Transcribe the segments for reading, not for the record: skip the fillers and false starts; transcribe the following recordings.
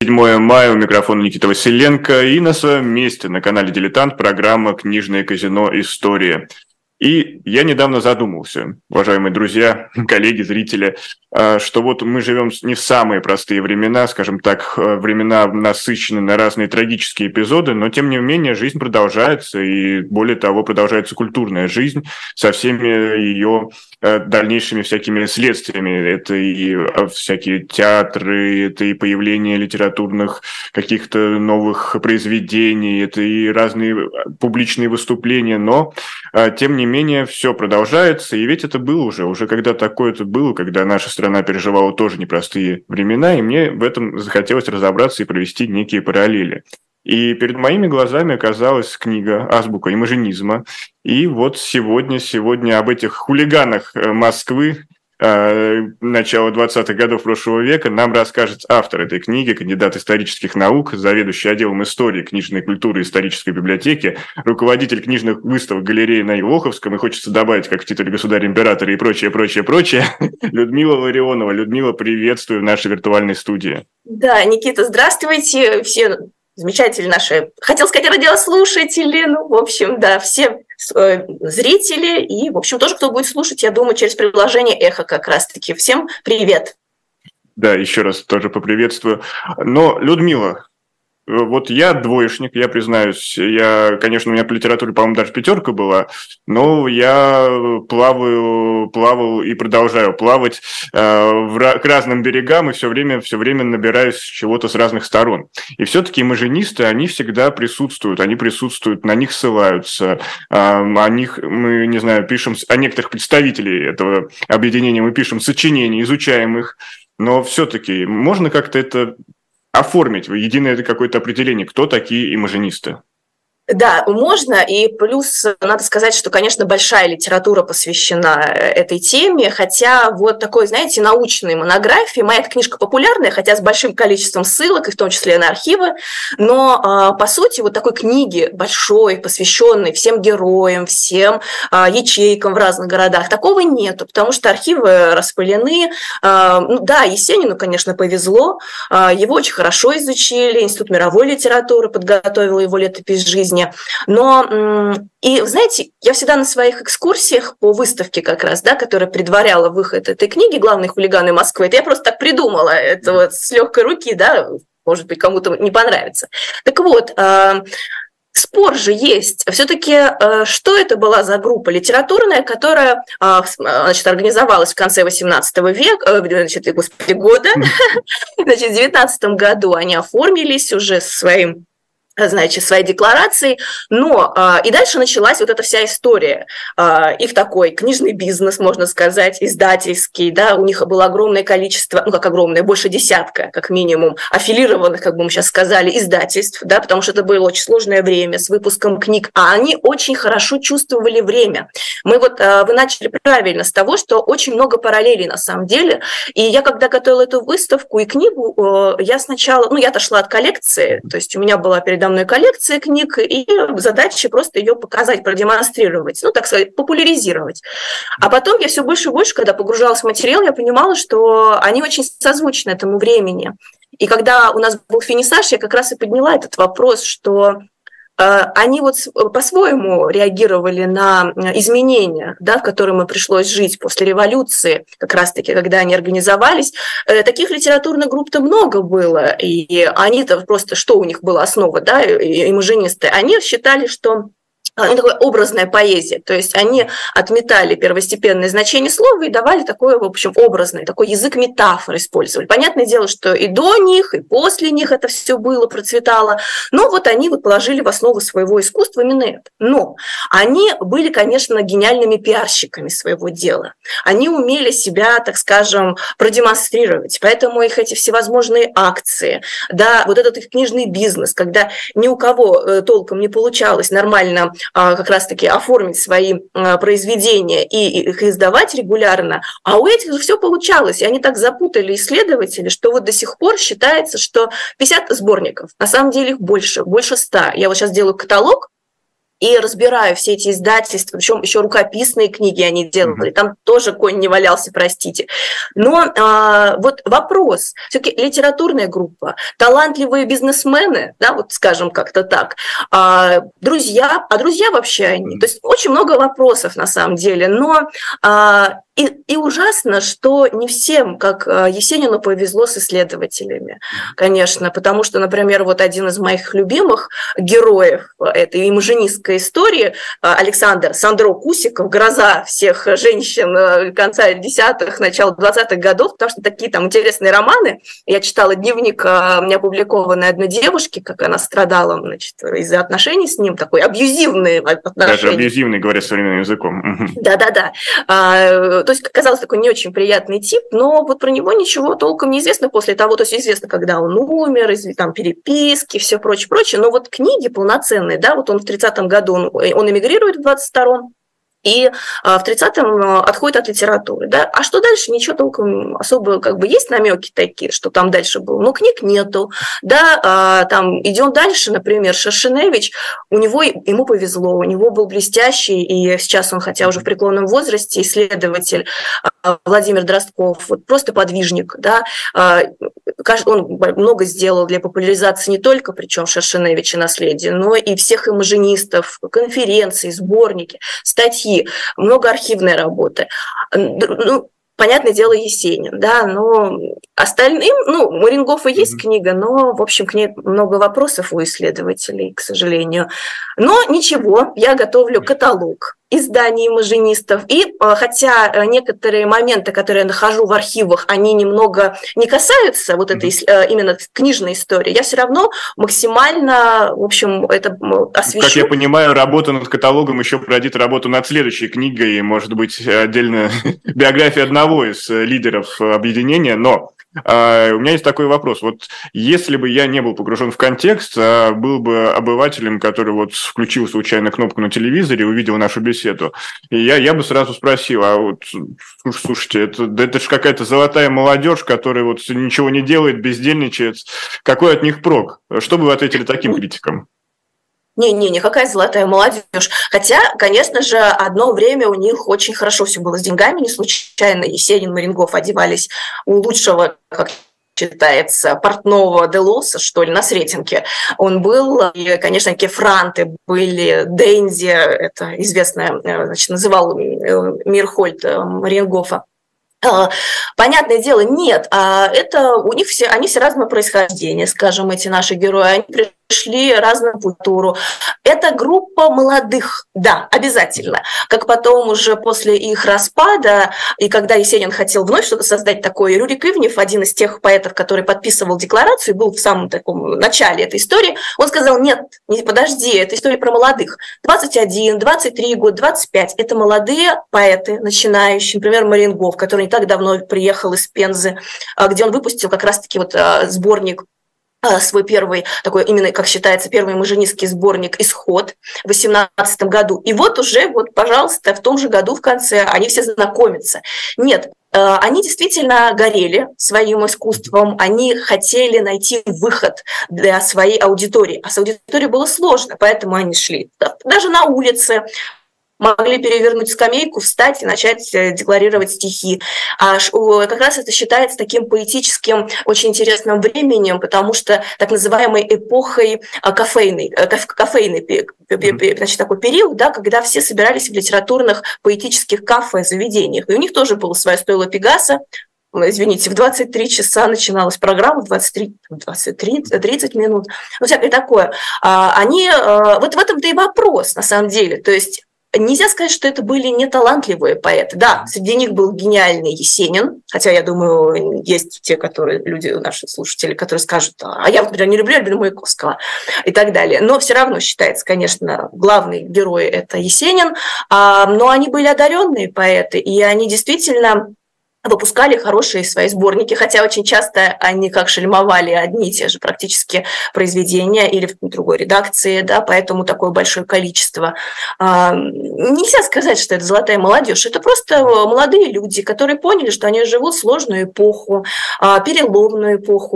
7 мая, у микрофона Никита Василенко, и на своем месте на канале «Дилетант» программа «Книжное казино. История». И я недавно задумался, уважаемые друзья, коллеги, зрители, что вот мы живем не в самые простые времена, скажем так, времена насыщены на разные трагические эпизоды, но тем не менее жизнь продолжается, и более того, продолжается культурная жизнь со всеми ее дальнейшими всякими следствиями. Это и всякие театры, это и появление литературных каких-то новых произведений, это и разные публичные выступления, но тем не менее все продолжается, и ведь это было уже когда такое-то было, когда наша страна переживала тоже непростые времена, и мне в этом захотелось разобраться и провести некие параллели. И перед моими глазами оказалась книга «Азбука имажинизма». И вот сегодня об этих хулиганах Москвы начала 20-х годов прошлого века нам расскажет автор этой книги, кандидат исторических наук, заведующий отделом истории, книжной культуры и исторической библиотеки, руководитель книжных выставок галереи на Елоховском, и хочется добавить, как в титуле «Государь-император» и прочее, Людмила Ларионова. Людмила, приветствую в нашей виртуальной студии. Да, Никита, здравствуйте, все замечательные наши, хотел сказать, радиослушатели, в общем, да, все зрители и, в общем, тоже, кто будет слушать, я думаю, через приложение «Эхо» как раз-таки. Всем привет! Да, еще раз тоже поприветствую. Но, Людмила, вот я двоечник, я признаюсь, конечно, у меня по литературе, по-моему, даже 5 была, но я плавал и продолжаю плавать к разным берегам, и все время набираюсь чего-то с разных сторон. И все-таки имажинисты, они всегда присутствуют, на них ссылаются, о них мы, не знаю, пишем, о некоторых представителей этого объединения мы пишем сочинения, изучаем их, но все-таки можно как-то это оформить в единое какое-то определение, кто такие имажинисты? Да, можно, и плюс надо сказать, что, конечно, большая литература посвящена этой теме, хотя вот такой, знаете, научной монографии, моя эта книжка популярная, хотя с большим количеством ссылок, и в том числе на архивы, но, по сути, вот такой книги большой, посвященной всем героям, всем ячейкам в разных городах, такого нету, потому что архивы распылены. Да, Есенину, конечно, повезло, его очень хорошо изучили, Институт мировой литературы подготовил его летопись жизни. Но, и, знаете, я всегда на своих экскурсиях по выставке как раз, да, которая предваряла выход этой книги «Главные хулиганы Москвы», это я просто так придумала, это вот с легкой руки, да, может быть, кому-то не понравится. Так вот, спор же есть. Все-таки что это была за группа литературная, которая, значит, организовалась в конце 18 века, года, значит, в 19 году они оформились уже своей декларации, но и дальше началась вот эта вся история. Их такой книжный бизнес, можно сказать, издательский, да, у них было огромное количество, как огромное, больше десятка, как минимум, аффилированных, как бы мы сейчас сказали, издательств, да, потому что это было очень сложное время с выпуском книг, а они очень хорошо чувствовали время. Вы начали правильно с того, что очень много параллелей на самом деле, и я, когда готовила эту выставку и книгу, я сначала, я отошла от коллекции, то есть у меня была передо мной коллекция книг, и задача просто ее показать, продемонстрировать, так сказать, популяризировать. А потом я все больше и больше, когда погружалась в материал, я понимала, что они очень созвучны этому времени. И когда у нас был финишаж, я как раз и подняла этот вопрос, что они вот по-своему реагировали на изменения, да, в которые мы пришлось жить после революции, как раз-таки, когда они организовались. Таких литературных групп-то много было, и они-то просто, что у них была основа, да, имажинисты, они считали, что такая образная поэзия, то есть они отметали первостепенное значение слова и давали такое, в общем, образное, такой язык метафор использовали. Понятное дело, что и до них, и после них это все было, процветало, но вот они положили в основу своего искусства именно это. Но они были, конечно, гениальными пиарщиками своего дела. Они умели себя, так скажем, продемонстрировать, поэтому их эти всевозможные акции, да, вот этот их книжный бизнес, когда ни у кого толком не получалось нормально как раз-таки оформить свои произведения и их издавать регулярно, а у этих же все получалось, и они так запутали исследователей, что вот до сих пор считается, что 50 сборников, на самом деле их больше 100. Я вот сейчас делаю каталог, и разбираю все эти издательства, причем еще рукописные книги они делали, там тоже конь не валялся, простите. Но вот вопрос, все-таки литературная группа, талантливые бизнесмены, да, вот скажем как-то так, друзья вообще они, то есть очень много вопросов на самом деле, но и ужасно, что не всем, как Есенину, повезло с исследователями, конечно, потому что, например, вот один из моих любимых героев этой имажинистской истории, Александр Сандро Кусиков, гроза всех женщин конца 10-х, начала 20-х годов, потому что такие там интересные романы. Я читала дневник, у меня опубликованный одной девушки, как она страдала, значит, из-за отношений с ним, такой абьюзивные отношения. Даже абьюзивный, говоря современным языком. Да-да-да. То есть, казалось, такой не очень приятный тип, но вот про него ничего толком не известно после того, то есть известно, когда он умер, там переписки, все прочее, но вот книги полноценные, да, вот он в 30-м году, он эмигрирует в 22-м, и в 30-м отходит от литературы. Да? А что дальше? Ничего толком особо, как бы есть намеки такие, что там дальше было, но книг нету. Да? Там идем дальше, например, Шершеневич, ему повезло, у него был блестящий, и сейчас он, хотя уже в преклонном возрасте, исследователь Владимир Дростков, вот просто подвижник. Да? Он много сделал для популяризации не только, причем Шершеневича наследия, но и всех имажинистов, конференции, сборники, статьи, много архивной работы. Ну, понятное дело, Есенин, да, но остальным, у Марингофа есть книга, но, в общем, к ней много вопросов у исследователей, к сожалению. Но ничего, я готовлю каталог изданий имажинистов, и хотя некоторые моменты, которые я нахожу в архивах, они немного не касаются вот этой именно книжной истории, я все равно максимально, в общем, это освещу. Как я понимаю, работа над каталогом еще пройдет работу над следующей книгой, может быть, отдельно биография одного из лидеров объединения, но у меня есть такой вопрос. Вот если бы я не был погружен в контекст, а был бы обывателем, который вот включил случайно кнопку на телевизоре, увидел нашу беседу, и я бы сразу спросил, а вот, слушайте, это же какая-то золотая молодежь, которая вот ничего не делает, бездельничает. Какой от них прок? Что бы вы ответили таким критикам? Не, какая золотая молодежь. Хотя, конечно же, одно время у них очень хорошо все было с деньгами, не случайно Есенин, Марингоф одевались у лучшего, как считается, портного Делоса, что ли, на Сретенке. Он был, и, конечно, какие франты были, Дензи, это известное, значит, называл Мирхольд Марингофа. Понятное дело, нет, это у них они все разного происхождения, скажем, эти наши герои, они пришли разную культуру. Это группа молодых, да, обязательно. Как потом уже после их распада, и когда Есенин хотел вновь что-то создать такое, Рюрик Ивнев, один из тех поэтов, который подписывал декларацию, был в самом таком начале этой истории, он сказал, нет, подожди, это история про молодых. 21, 23 года, 25 – это молодые поэты, начинающие, например, Марингоф, который не так давно приехал из Пензы, где он выпустил как раз-таки вот сборник, свой первый, такой именно, как считается, первый имажинистский сборник «Исход» в 2018 году. И вот уже, пожалуйста, в том же году в конце они все знакомятся. Нет, они действительно горели своим искусством, они хотели найти выход для своей аудитории. А с аудиторией было сложно, поэтому они шли даже на улице, могли перевернуть скамейку, встать и начать декларировать стихи. Как раз это считается таким поэтическим, очень интересным временем, потому что так называемой эпохой кофейной, значит, такой период, да, когда все собирались в литературных поэтических кафе, заведениях. И у них тоже было свое стойло Пегаса. Извините, в 23 часа начиналась программа, в 30 минут, всякое такое. Вот в этом-то и вопрос, на самом деле. То есть нельзя сказать, что это были неталантливые поэты. Да, среди них был гениальный Есенин, хотя, я думаю, есть те, люди, наши слушатели, которые скажут, а я, например, не люблю Маяковского и так далее. Но все равно считается, конечно, главный герой – это Есенин. Но они были одаренные поэты, и они действительно выпускали хорошие свои сборники, хотя очень часто они как шельмовали одни и те же практически произведения или в другой редакции, да, поэтому такое большое количество. Нельзя сказать, что это золотая молодежь, это просто молодые люди, которые поняли, что они живут в сложную эпоху, переломную эпоху, в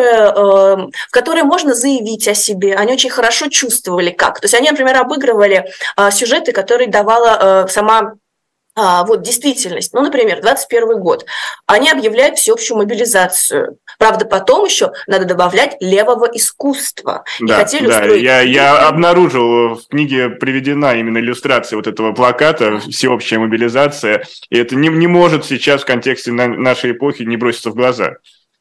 которой можно заявить о себе, они очень хорошо чувствовали как. То есть они, например, обыгрывали сюжеты, которые давала сама вот действительность. Ну, например, 21 год. Они объявляют всеобщую мобилизацию. Правда, потом еще надо добавлять левого искусства. Да, и хотели устроить... я обнаружил, в книге приведена именно иллюстрация вот этого плаката «Всеобщая мобилизация», и это не может сейчас в контексте нашей эпохи не броситься в глаза.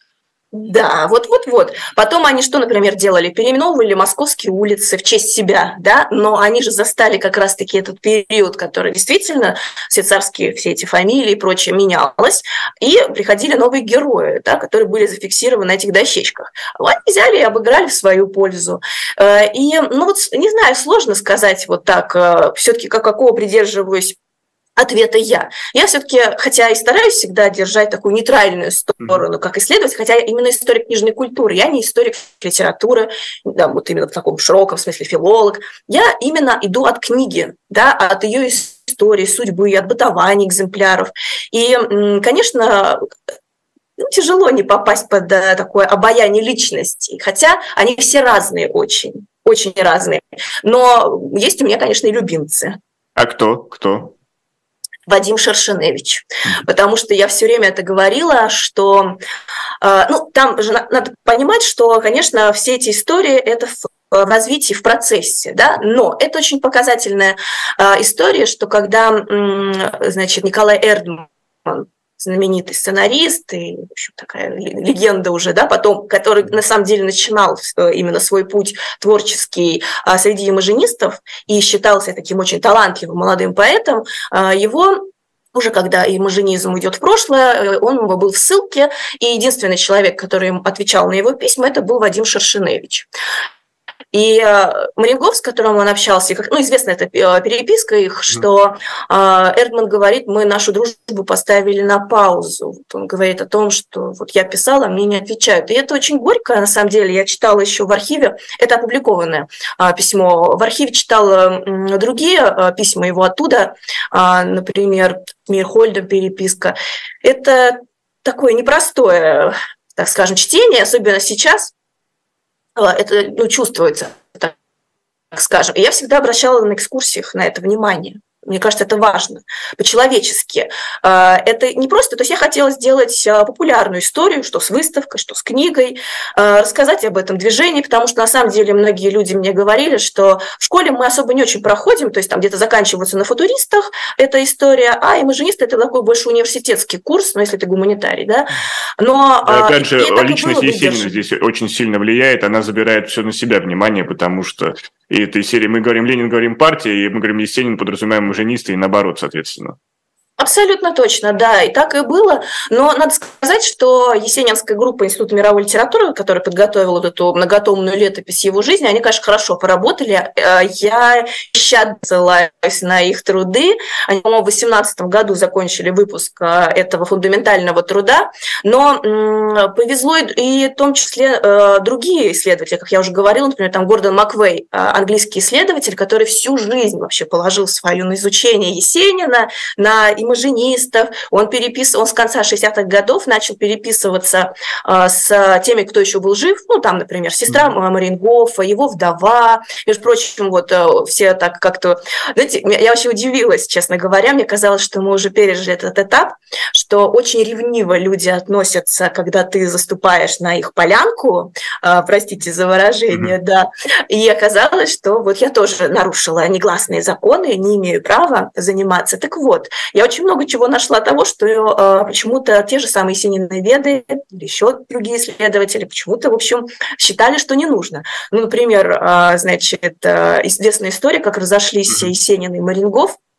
Да, вот. Потом они что, например, делали? Переименовывали московские улицы в честь себя, да, но они же застали как раз-таки этот период, который действительно, все царские, все эти фамилии и прочее менялось, и приходили новые герои, да, которые были зафиксированы на этих дощечках. Они взяли и обыграли в свою пользу. И, ну вот, не знаю, сложно сказать вот так, все-таки какого придерживаюсь ответа я. Я все-таки, хотя и стараюсь всегда держать такую нейтральную сторону, как исследователь, хотя я именно историк книжной культуры, я не историк литературы, да, вот именно в таком широком смысле филолог. Я именно иду от книги, да, от ее истории, судьбы, от бытования экземпляров. И, конечно, тяжело не попасть под такое обаяние личности, хотя они все разные очень, очень разные. Но есть у меня, конечно, и любимцы. А кто? Вадим Шершеневич, потому что я все время это говорила, что, там же надо понимать, что, конечно, все эти истории – это в развитии, в процессе, да, но это очень показательная история, что когда, значит, Николай Эрдман, знаменитый сценарист и, в общем, такая легенда уже, да, потом, который на самом деле начинал именно свой путь творческий среди имажинистов и считался таким очень талантливым молодым поэтом, его уже когда имажинизм идет в прошлое, он был в ссылке, и единственный человек, который ему отвечал на его письма, это был Вадим Шершеневич. И Марингов, с которым он общался, известна эта переписка их, что Эрдман говорит, мы нашу дружбу поставили на паузу. Вот он говорит о том, что вот я писала, мне не отвечают. И это очень горько, на самом деле. Я читала еще в архиве, это опубликованное письмо, в архиве читала другие письма его оттуда, например, Мирхольдом переписка. Это такое непростое, так скажем, чтение, особенно сейчас. Это чувствуется, так скажем. И я всегда обращала на экскурсиях на это внимание. Мне кажется, это важно, по-человечески. Это не просто... То есть я хотела сделать популярную историю, что с выставкой, что с книгой, рассказать об этом движении, потому что, на самом деле, многие люди мне говорили, что в школе мы особо не очень проходим, то есть там где-то заканчивается на футуристах эта история, а имажинисты – это такой больше университетский курс, ну, если ты гуманитарий, да. Но... Опять же, личность Есенина здесь очень сильно влияет, она забирает все на себя внимание, потому что и этой серии мы говорим Ленин, говорим партия, и мы говорим Есенин, подразумеваем имажинисты, и наоборот, соответственно. Абсолютно точно, да, и так и было. Но надо сказать, что есенинская группа Института мировой литературы, которая подготовила вот эту многотомную летопись его жизни, они, конечно, хорошо поработали. Я щедро ссылаюсь на их труды. Они, по-моему, в 2018 году закончили выпуск этого фундаментального труда. Но повезло и в том числе другие исследователи, как я уже говорила, например, там Гордон Маквей, английский исследователь, который всю жизнь вообще положил свою на изучение Есенина, на имажинистов, он с конца 60-х годов начал переписываться с теми, кто еще был жив, ну, там, например, сестра Марингофа, его вдова, между прочим, вот все так как-то... Знаете, я вообще удивилась, честно говоря, мне казалось, что мы уже пережили этот этап, что очень ревниво люди относятся, когда ты заступаешь на их полянку, простите за выражение, да, и оказалось, что вот я тоже нарушила негласные законы, не имею права заниматься. Так вот, я очень много чего нашла того, что почему-то те же самые Есениноведы или еще другие исследователи почему-то, в общем, считали, что не нужно. Ну, например, значит, известная история, как разошлись Есенин и Марингоф.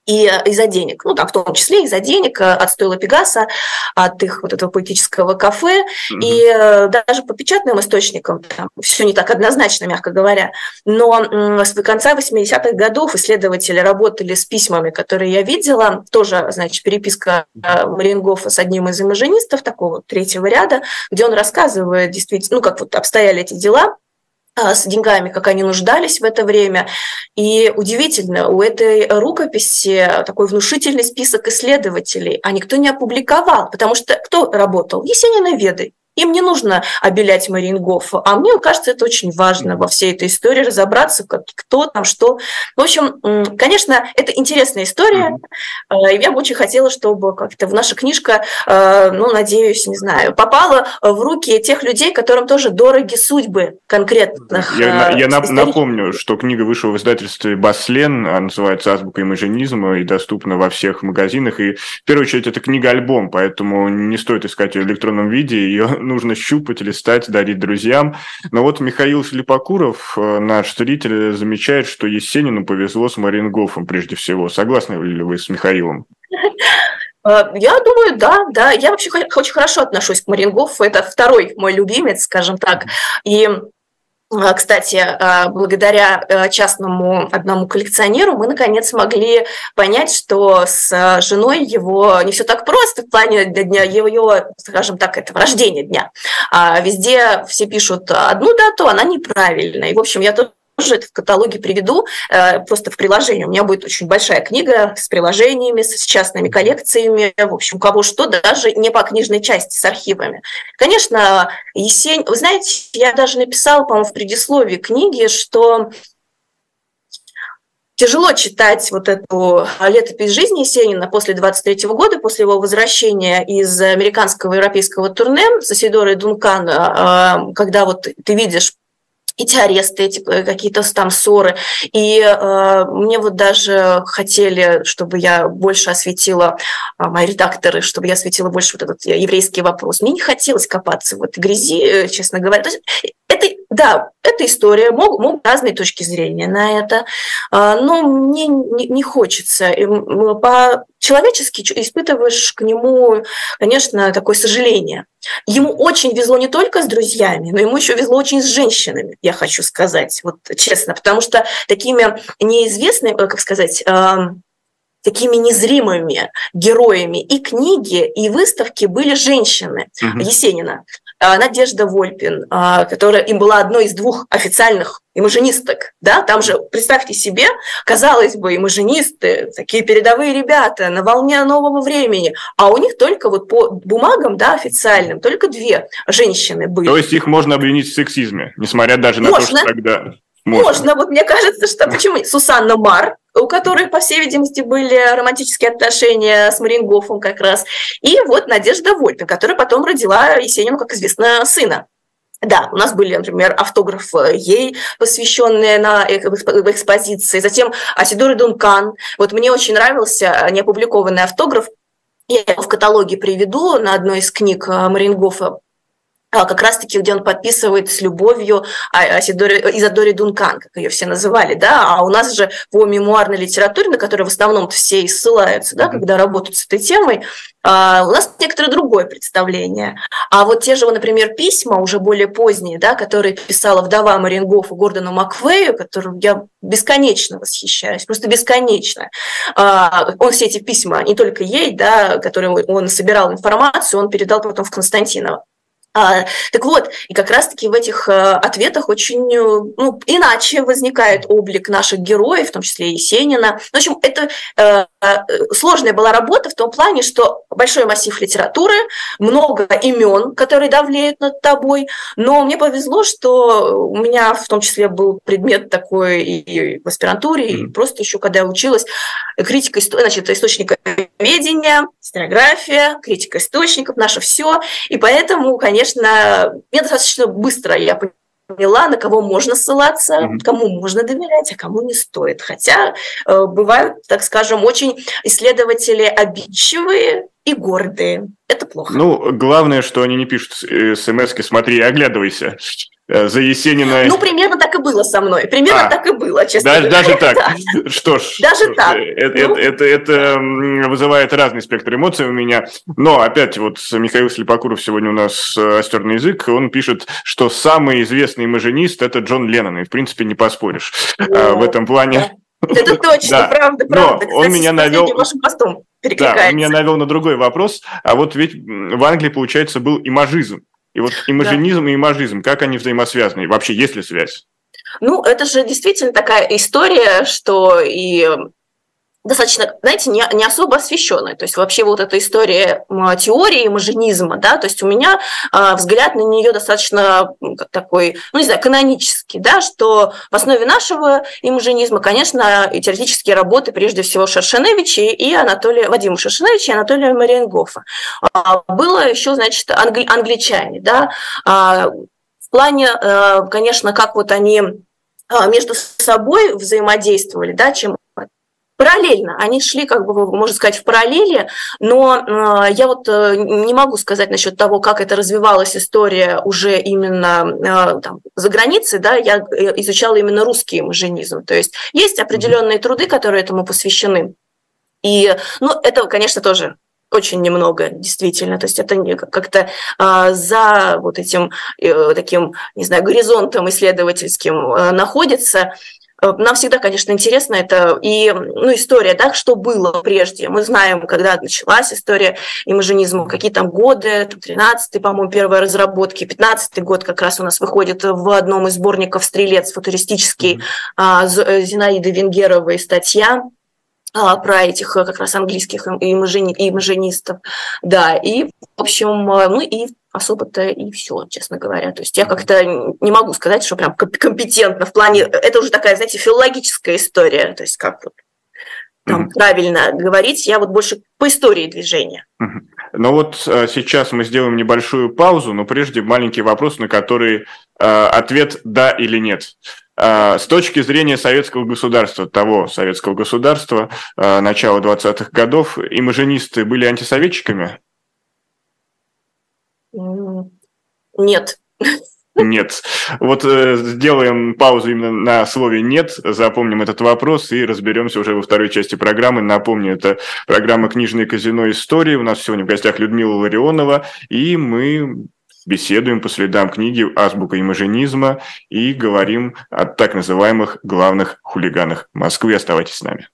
И из-за денег, ну, там, в том числе из-за денег от Стойла Пегаса, от их вот этого поэтического кафе, и даже по печатным источникам там все не так однозначно, мягко говоря. Но с конца 80-х годов исследователи работали с письмами, которые я видела, тоже, значит, переписка Мариенгофа с одним из имажинистов такого третьего ряда, где он рассказывает действительно, ну, как вот обстояли эти дела с деньгами, как они нуждались в это время. И удивительно, у этой рукописи такой внушительный список исследователей, а никто не опубликовал, потому что кто работал? Есениноведы. Им не нужно обелять Мариенгофа, а мне кажется, это очень важно во всей этой истории разобраться, кто там, что. В общем, конечно, это интересная история, и я бы очень хотела, чтобы как-то наша книжка, ну, надеюсь, не знаю, попала в руки тех людей, которым тоже дороги судьбы конкретных. Я напомню, что книга вышла в издательстве «Баслен», называется «Азбука имажинизма» и доступна во всех магазинах. И в первую очередь это книга-альбом, поэтому не стоит искать ее в электронном виде, ее нужно щупать, листать, дарить друзьям. Но вот Михаил Шлепокуров, наш зритель, замечает, что Есенину повезло с Мариенгофом прежде всего. Согласны ли вы с Михаилом? Я думаю, да. Я вообще очень хорошо отношусь к Мариенгофу. Это второй мой любимец, скажем так. И кстати, благодаря частному одному коллекционеру мы, наконец, смогли понять, что с женой его не все так просто в плане дня его, скажем так, этого рождения дня. Везде все пишут одну дату, она неправильная. И, в общем, я тоже это в каталоге приведу, просто в приложении. У меня будет очень большая книга с приложениями, с частными коллекциями, в общем, кого что, даже не по книжной части, с архивами. Конечно, Есенин... Вы знаете, я даже написала, по-моему, в предисловии книги, что тяжело читать вот эту летопись жизни Есенина после 23-го года, после его возвращения из американского и европейского турне с Исидорой Дункан, когда вот ты видишь эти аресты, эти какие-то там ссоры. И мне вот даже хотели, чтобы я больше осветила, мои редакторы, чтобы я осветила больше вот этот еврейский вопрос. Мне не хотелось копаться в этой грязи, честно говоря. То есть эта история, могут разные точки зрения на это, но мне не хочется. По-человечески испытываешь к нему, конечно, такое сожаление. Ему очень везло не только с друзьями, но ему еще везло очень с женщинами, я хочу сказать, вот честно, потому что такими неизвестными, как сказать, такими незримыми героями и книги, и выставки были женщины Есенина. Надежда Вольпин, которая им была одной из двух официальных имажинисток, да, там же, представьте себе, казалось бы, имажинисты, такие передовые ребята на волне нового времени, а у них только вот по бумагам, да, официальным, только две женщины были. То есть их можно обвинить в сексизме, несмотря даже на то, что тогда... Можно. Вот мне кажется, что почему Сусанна Мар, у которой, по всей видимости, были романтические отношения с Мариенгофом как раз, и вот Надежда Вольпин, которая потом родила Есенину, как известно, сына. Да, у нас были, например, автографы ей, посвященные в экспозиции, затем Асидора Дункан. Вот мне очень нравился неопубликованный автограф, я его в каталоге приведу на одной из книг Мариенгофа, как раз-таки, где он подписывает с любовью Изодоре Дункан, как ее все называли, да, а у нас же по мемуарной литературе, на которую в основном все и ссылаются, да, когда работают с этой темой, у нас некоторое другое представление. А вот те же, например, письма, уже более поздние, да, которые писала вдова Мариенгофа Гордону Маквею, которым я бесконечно восхищаюсь, просто бесконечно. Он все эти письма, не только ей, да, которые он собирал информацию, он передал потом в Константиново. Так вот, и как раз-таки в этих ответах очень иначе возникает облик наших героев, в том числе и Есенина. В общем, это сложная была работа в том плане, что большой массив литературы, много имен, которые давлеют над тобой, но мне повезло, что у меня в том числе был предмет такой и в аспирантуре, и просто еще когда я училась, критика источниковедения, историография, критика источников, наше все, и поэтому, конечно, мне достаточно быстро я поняла, на кого можно ссылаться, кому можно доверять, а кому не стоит. Хотя бывают, так скажем, очень исследователи обидчивые и гордые. Это плохо. Ну, главное, что они не пишут смс-ки «смотри, оглядывайся». за Есенина... Ну, примерно так и было со мной. Примерно так и было, честно говоря. Даже так? Что ж. Даже так. Это вызывает разный спектр эмоций у меня. Но опять вот Михаил Слепокуров сегодня у нас остер на язык. Он пишет, что самый известный имажинист – это Джон Леннон. И, в принципе, не поспоришь в этом плане. Это точно, правда. Но он меня навел... вашим постом перекликается. Да, он меня навел на другой вопрос. А вот ведь в Англии, получается, был имажизм. И вот имажинизм и имажизм, как они взаимосвязаны? И вообще, есть ли связь? Ну, это же действительно такая история, что и достаточно, знаете, не особо освещенная. То есть вообще вот эта история теории имажинизма, да, то есть у меня взгляд на нее достаточно такой, ну, не знаю, канонический, да, что в основе нашего имажинизма, конечно, и теоретические работы, прежде всего, Шершеневича и Вадима Шершеневича и Анатолия Мариенгофа. Было еще, значит, англичане, да, в плане, конечно, как вот они между собой взаимодействовали, да, чем параллельно. Они шли, как бы, можно сказать, в параллели, но я вот не могу сказать насчет того, как это развивалась история уже именно там, за границей, да, я изучала именно русский имажинизм, то есть определенные труды, которые этому посвящены. И, ну, это, конечно, тоже очень немного, действительно. То есть это как-то за вот этим таким, не знаю, горизонтом исследовательским находится. Нам всегда, конечно, интересно это и история, да, что было прежде. Мы знаем, когда началась история имажинизма, какие там годы, 13-й, по-моему, первые разработки, 15-й год как раз у нас выходит в одном из сборников «Стрелец» футуристический Зинаиды Венгеровой статья про этих как раз английских имажинистов. Да, и, в общем, и особо-то и все, честно говоря. То есть я как-то не могу сказать, что прям компетентно в плане... Это уже такая, знаете, филологическая история. То есть как вот там правильно говорить. Я вот больше по истории движения. Ну вот сейчас мы сделаем небольшую паузу, но прежде маленький вопрос, на который ответ «да» или «нет». С точки зрения советского государства, того советского государства начала 20-х годов, имажинисты были антисоветчиками? Нет. Нет. Вот сделаем паузу именно на слове «нет», запомним этот вопрос и разберемся уже во второй части программы. Напомню, это программа «Книжное казино. Истории». У нас сегодня в гостях Людмила Ларионова, и мы беседуем по следам книги «Азбука имажинизма» и говорим о так называемых главных хулиганах Москвы. Оставайтесь с нами.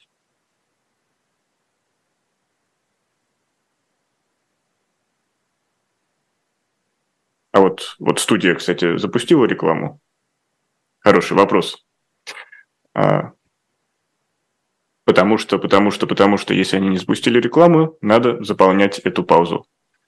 А вот студия, кстати, запустила рекламу. Хороший вопрос. Потому что, если они не запустили рекламу, надо заполнять эту паузу.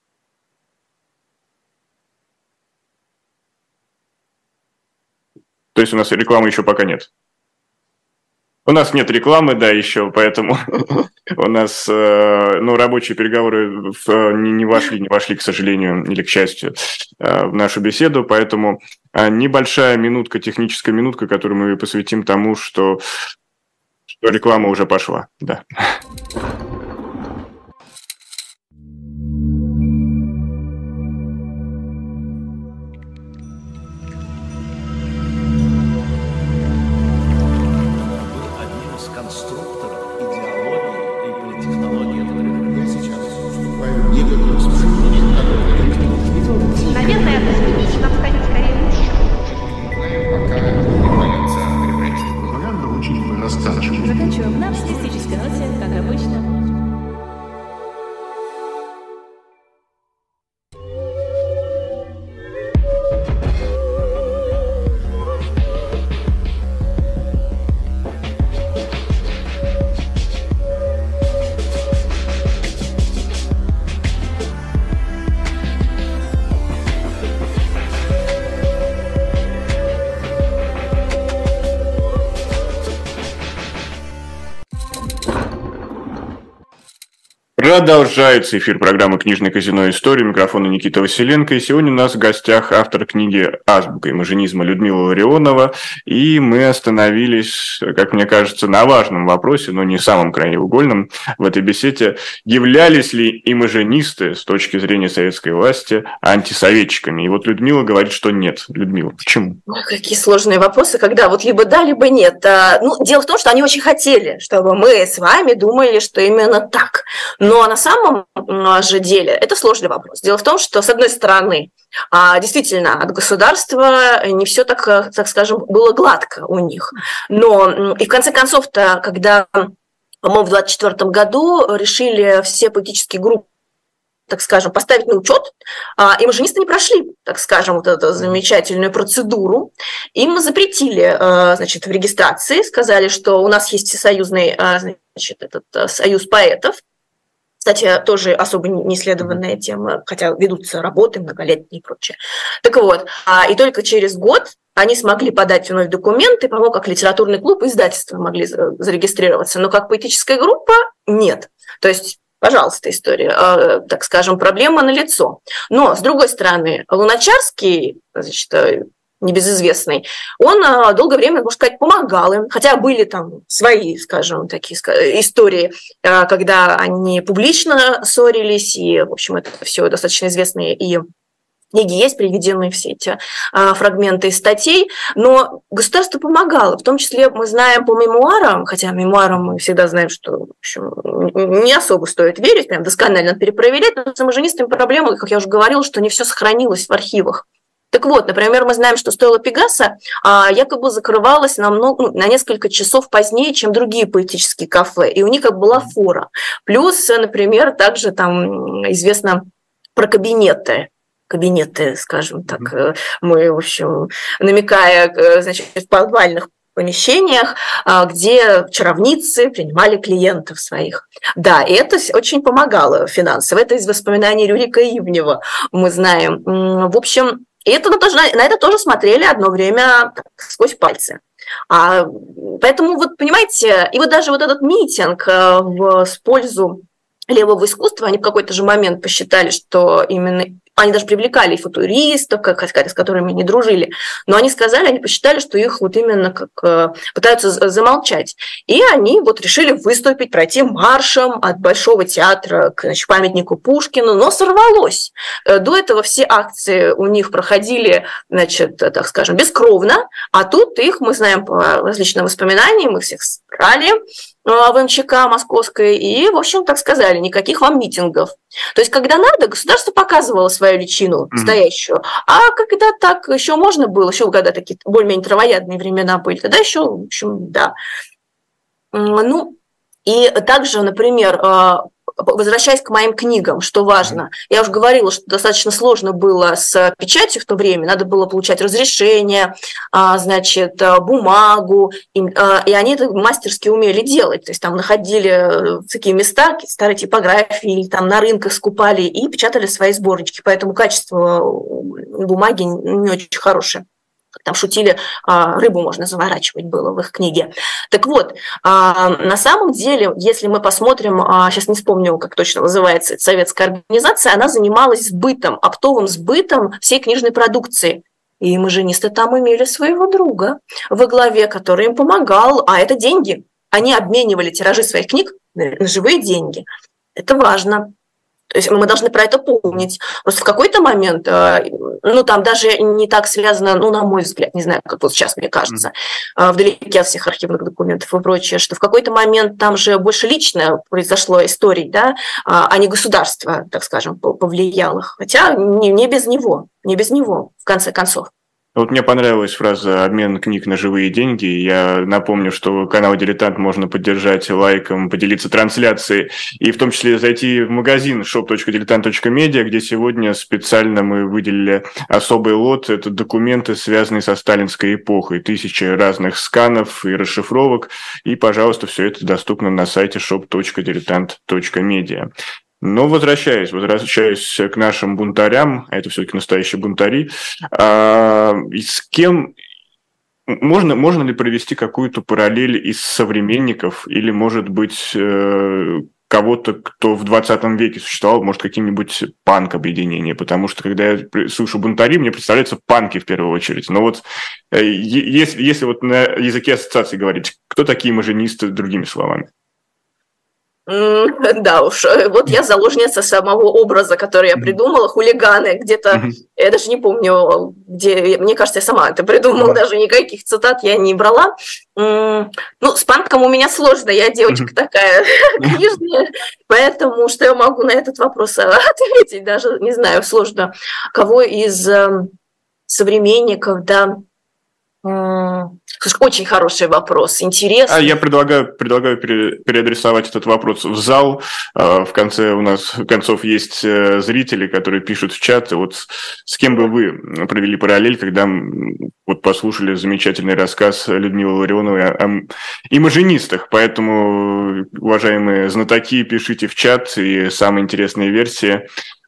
То есть у нас рекламы еще пока нет. У нас нет рекламы, да, еще, поэтому у нас рабочие переговоры не вошли, к сожалению, или к счастью, в нашу беседу, поэтому небольшая минутка, техническая минутка, которую мы посвятим тому, что реклама уже пошла, да. Заканчиваем на оптимистической ноте, как обычно. Продолжается эфир программы «Книжное казино. История». Микрофон Никита Василенко. И сегодня у нас в гостях автор книги «Азбука имажинизма» Людмила Ларионова. И мы остановились, как мне кажется, на важном вопросе, но не самом краеугольном в этой беседе. Являлись ли имажинисты с точки зрения советской власти антисоветчиками? И вот Людмила говорит, что нет. Людмила, почему? Ой, какие сложные вопросы, когда вот либо да, либо нет. Дело в том, что они очень хотели, чтобы мы с вами думали, что именно так. Но на самом же деле это сложный вопрос. Дело в том, что, с одной стороны, действительно, от государства не все так скажем, было гладко у них. Но и в конце концов-то, когда, по-моему, в 1924 году решили все политические группы, так скажем, поставить на учет, имажинисты не прошли, так скажем, вот эту замечательную процедуру. Им запретили, значит, в регистрации, сказали, что у нас есть всесоюзный, значит, этот союз поэтов. Кстати, тоже особо не исследованная тема, хотя ведутся работы многолетние и прочее. Так вот, и только через год они смогли подать вновь документы, по-моему, как литературный клуб, издательства могли зарегистрироваться, но как поэтическая группа нет. То есть, пожалуйста, история, так скажем, проблема налицо. Но, с другой стороны, Луначарский, значит, небезызвестный, он долгое время, можно сказать, помогал им, хотя были там свои, скажем, такие истории, когда они публично ссорились, и, в общем, это все достаточно известные и книги есть, приведены все эти фрагменты из статей, но государство помогало, в том числе мы знаем по мемуарам, хотя мемуарам мы всегда знаем, что в общем, не особо стоит верить, прям досконально перепроверять, но с имажинистами проблема, как я уже говорила, что не все сохранилось в архивах. Так вот, например, мы знаем, что стоило Пегаса якобы закрывалось на несколько часов позднее, чем другие поэтические кафе, и у них как была фора. Плюс, например, также там известно про кабинеты, скажем так, мы, в общем, намекая, значит, в подвальных помещениях, где чаровницы принимали клиентов своих. Да, и это очень помогало финансово. Это из воспоминаний Рюрика Ивнева мы знаем. В общем, и это, на это тоже смотрели одно время так, сквозь пальцы. Поэтому, вот понимаете, и вот даже вот этот митинг в пользу левого искусства, они в какой-то же момент посчитали, что именно они даже привлекали и футуристов, с которыми не дружили, но они сказали, они посчитали, что их вот именно как пытаются замолчать. И они вот решили выступить, пройти маршем от Большого театра к памятнику Пушкину, но сорвалось. До этого все акции у них проходили, значит, так скажем, бескровно, а тут их, мы знаем по различным воспоминаниям, их всех собрали в МЧК московской, и, в общем, так сказали, никаких вам митингов. То есть, когда надо, государство показывало свою личину настоящую, а когда так еще можно было, еще когда такие более-менее травоядные времена были, тогда еще, в общем, да. Ну, и также, например, возвращаясь к моим книгам, что важно, я уже говорила, что достаточно сложно было с печатью в то время, надо было получать разрешение, значит, бумагу, и они это мастерски умели делать, то есть там находили такие места, старые типографии, или там на рынках скупали и печатали свои сборнички, поэтому качество бумаги не очень хорошее. Там шутили, рыбу можно заворачивать было в их книге. Так вот, на самом деле, если мы посмотрим, сейчас не вспомню, как точно называется эта советская организация, она занималась сбытом, оптовым сбытом всей книжной продукции. И имажинисты там имели своего друга во главе, который им помогал, а это деньги. Они обменивали тиражи своих книг на живые деньги. Это важно. То есть мы должны про это помнить. Просто в какой-то момент, ну, там даже не так связано, ну, на мой взгляд, не знаю, как вот сейчас мне кажется, вдалеке от всех архивных документов и прочее, что в какой-то момент там же больше лично произошло историй, да, а не государство, так скажем, повлияло. Хотя не без него, в конце концов. Вот мне понравилась фраза «обмен книг на живые деньги». Я напомню, что канал «Дилетант» можно поддержать лайком, поделиться трансляцией, и в том числе зайти в магазин shop.diletant.media, где сегодня специально мы выделили особый лот. Это документы, связанные со сталинской эпохой. 1000 разных сканов и расшифровок. И, пожалуйста, все это доступно на сайте shop.diletant.media. Но возвращаясь к нашим бунтарям, а это все-таки настоящие бунтари, с кем можно ли провести какую-то параллель из современников, или, может быть, кого-то, кто в 20 веке существовал, может, каким-нибудь панк-объединение, потому что, когда я слышу бунтари, мне представляются панки в первую очередь. Но вот если вот на языке ассоциации говорить, кто такие маженисты, другими словами? Да уж, вот я заложница самого образа, который я придумала, хулиганы, где-то, я даже не помню, где, мне кажется, я сама это придумала, даже никаких цитат я не брала. Ну, с панком у меня сложно, я девочка такая книжная, поэтому что я могу на этот вопрос ответить, даже, не знаю, сложно. Кого из современников, да... Очень хороший вопрос, интересный. Я предлагаю переадресовать этот вопрос в зал. В конце у нас концов есть зрители, которые пишут в чат. Вот с кем бы вы провели параллель, когда вот послушали замечательный рассказ Людмилы Ларионовой о имажинистах. Поэтому, уважаемые знатоки, пишите в чат, и самые интересные версии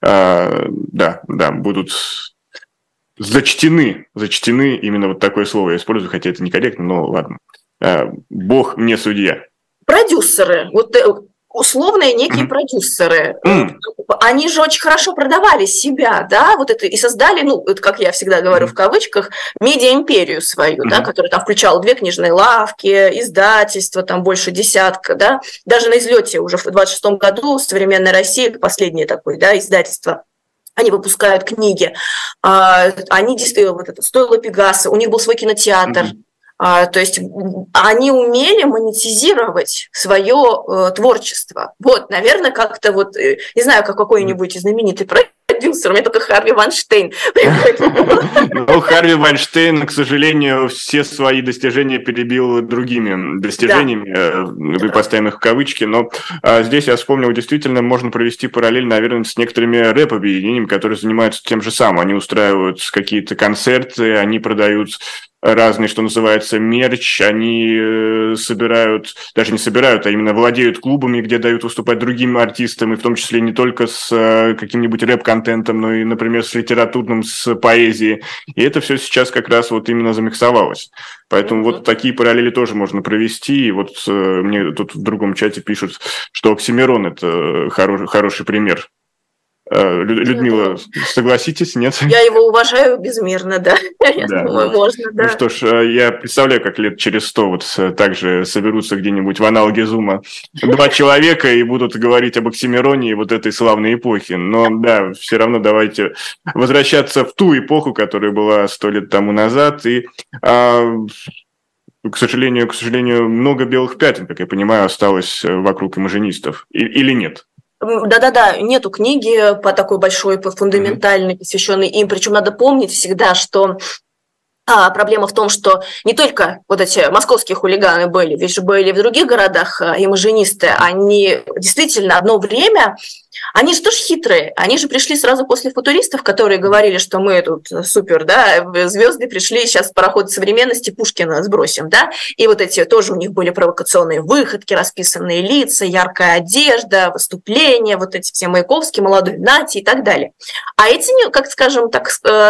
будут... Зачтены, именно вот такое слово я использую, хотя это некорректно, но ладно. Бог не судья. Продюсеры, вот условные некие продюсеры, они же очень хорошо продавали себя, да, вот это и создали, это, как я всегда говорю в кавычках, медиа-империю свою, да, которая там включала 2 книжные лавки, издательства, там больше десятка, да, даже на излете уже в 26-м году «Современная Россия», последнее такое, да, издательство, они выпускают книги, они действительно, вот это «Стойло Пегаса», у них был свой кинотеатр, то есть они умели монетизировать свое творчество. Вот, наверное, как-то вот, не знаю, как какой-нибудь знаменитый продюсер, у меня только Харви Вайнштейн приходит. Ну, Харви Вайнштейн, к сожалению, все свои достижения перебил другими достижениями, вы поставим их в кавычки, но здесь я вспомнил, действительно, можно провести параллель, наверное, с некоторыми рэп-объединениями, которые занимаются тем же самым. Они устраивают какие-то концерты, они продают разные, что называется, мерч, они собирают, даже не собирают, а именно владеют клубами, где дают выступать другим артистам, и в том числе не только с каким-нибудь рэп-контентом, но и, например, с литературным, с поэзией. И это все сейчас как раз вот именно замиксовалось. Поэтому вот такие параллели тоже можно провести. И вот мне тут в другом чате пишут, что Оксимирон – это хороший пример. Людмила, согласитесь, нет? Я его уважаю безмерно, да. Я думаю, можно, да. Ну что ж, я представляю, как лет через 100 вот также соберутся где-нибудь в аналоге Зума 2 человека и будут говорить об Оксимироне и вот этой славной эпохе. Но да, все равно давайте возвращаться в ту эпоху, которая была 100 лет тому назад. И, к сожалению, много белых пятен, как я понимаю, осталось вокруг имажинистов. Или нет? Да-да-да, нету книги по такой большой, по фундаментальной, посвященной им. Причем надо помнить всегда, что проблема в том, что не только вот эти московские хулиганы были, ведь же были в других городах имажинисты. Они действительно одно время... Они же тоже хитрые, они же пришли сразу после футуристов, которые говорили, что мы тут супер, да, звезды пришли, сейчас пароход современности Пушкина сбросим, да, и вот эти тоже у них были провокационные выходки, расписанные лица, яркая одежда, выступления, вот эти все Маяковский, молодой Нати и так далее. А эти, как скажем, так,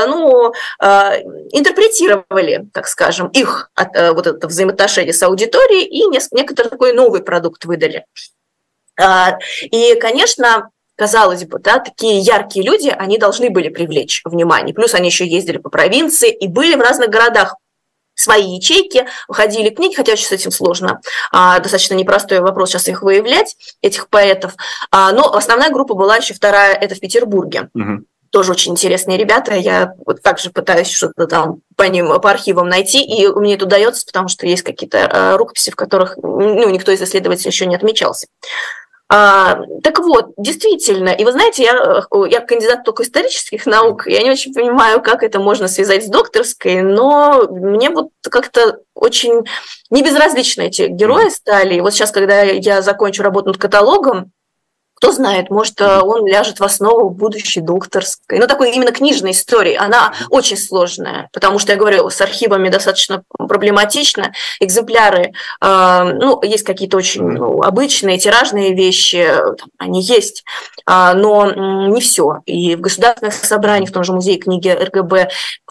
интерпретировали, так скажем, их вот это взаимоотношение с аудиторией и некоторый такой новый продукт выдали. И, конечно, казалось бы, да, такие яркие люди, они должны были привлечь внимание. Плюс они еще ездили по провинции и были в разных городах. Свои ячейки, выходили книги, хотя очень с этим сложно. Достаточно непростой вопрос сейчас их выявлять, этих поэтов. Но основная группа была еще вторая, это в Петербурге. Тоже очень интересные ребята. Я вот также пытаюсь что-то там по ним, по архивам найти, и мне это удается, потому что есть какие-то рукописи, в которых никто из исследователей еще не отмечался. Так вот, действительно, и вы знаете, я кандидат только исторических наук, я не очень понимаю, как это можно связать с докторской, но мне вот как-то очень небезразличны эти герои стали. И вот сейчас, когда я закончу работу над каталогом, кто знает, может, он ляжет в основу будущей докторской. Ну, такой именно книжной истории. Она очень сложная, потому что, я говорю, с архивами достаточно проблематично. Экземпляры, есть какие-то очень обычные, тиражные вещи, они есть, но не все. И в государственных собраниях, в том же музее книги РГБ,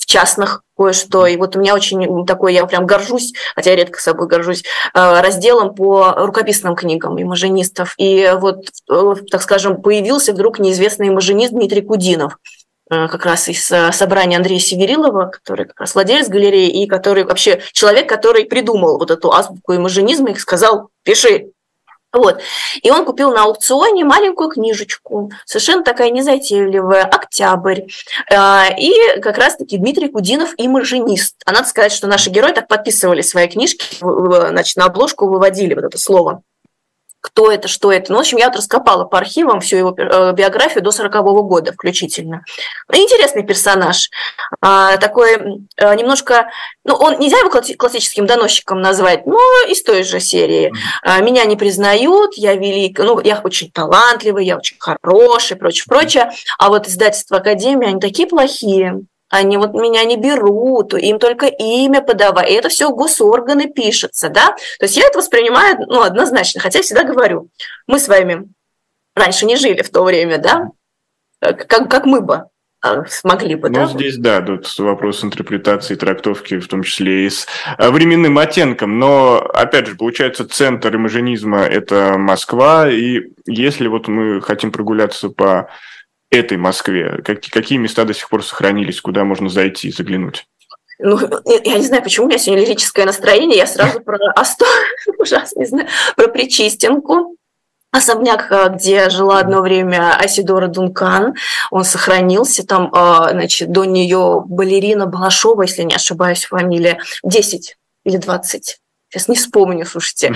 в частных кое-что. И вот у меня очень такой, я прям горжусь, хотя я редко собой горжусь, разделом по рукописным книгам имажинистов. И вот, так скажем, появился вдруг неизвестный имажинист Дмитрий Кудинов, как раз из собрания Андрея Северилова, который как раз владелец галереи и который вообще человек, который придумал вот эту азбуку имажинизма и сказал: пиши. Вот. И он купил на аукционе маленькую книжечку, совершенно такая незатейливая, «Октябрь». И как раз-таки Дмитрий Кудинов имажинист. А надо сказать, что наши герои так подписывали свои книжки, значит, на обложку выводили вот это слово. Кто это, что это. Ну, в общем, я вот раскопала по архивам всю его биографию до 40-го года включительно. Интересный персонаж. Такой немножко... Ну, он нельзя его классическим доносчиком назвать, но из той же серии. Меня не признают, я велик, ну, я очень талантливый, я очень хороший, прочее, прочее. А вот издательство «Академия», они такие плохие. Они вот меня не берут, им только имя подавай. И это все госорганы пишется, да? То есть я это воспринимаю, ну, однозначно. Хотя я всегда говорю, мы с вами раньше не жили в то время, да? Как мы бы смогли бы, да? Ну, здесь, да, тут вопрос интерпретации, трактовки, в том числе и с временным оттенком. Но, опять же, получается, центр имажинизма – это Москва. И если вот мы хотим прогуляться по этой Москве, какие места до сих пор сохранились, куда можно зайти и заглянуть? Ну, я не знаю, почему у меня сегодня лирическое настроение, я сразу про ужасно не знаю, про Причистенку. Особняк, где жила одно время Айседора Дункан, он сохранился. Там, значит, до нее балерина Балашова, если не ошибаюсь, фамилия, 10 или 20. Сейчас не вспомню, слушайте.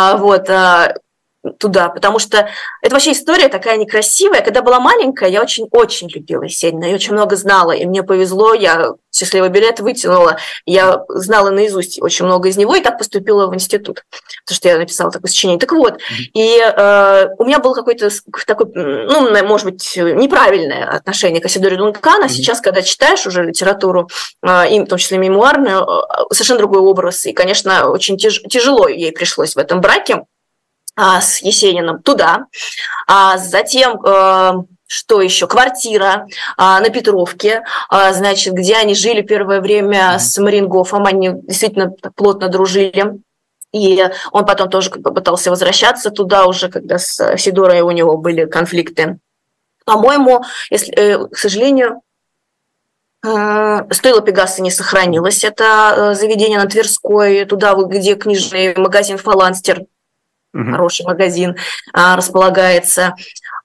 Туда, потому что это вообще история такая некрасивая. Когда была маленькая, я очень-очень любила Есенина, я очень много знала, и мне повезло, я счастливый билет вытянула, я знала наизусть очень много из него, и так поступила в институт, потому что я написала такое сочинение. Так вот, и у меня было какое-то такое, ну, может быть, неправильное отношение к Айседоре Дункан, а сейчас, когда читаешь уже литературу, и в том числе мемуарную, совершенно другой образ, и, конечно, очень тяжело ей пришлось в этом браке с Есениным туда, затем, что еще, квартира на Петровке, значит, где они жили первое время с Марингофом, они действительно плотно дружили, и он потом тоже пытался возвращаться туда уже, когда с Сидорой у него были конфликты. По-моему, если, к сожалению, Стойло Пегаса не сохранилось, это заведение на Тверской, туда, где книжный магазин «Фаланстер», хороший магазин располагается.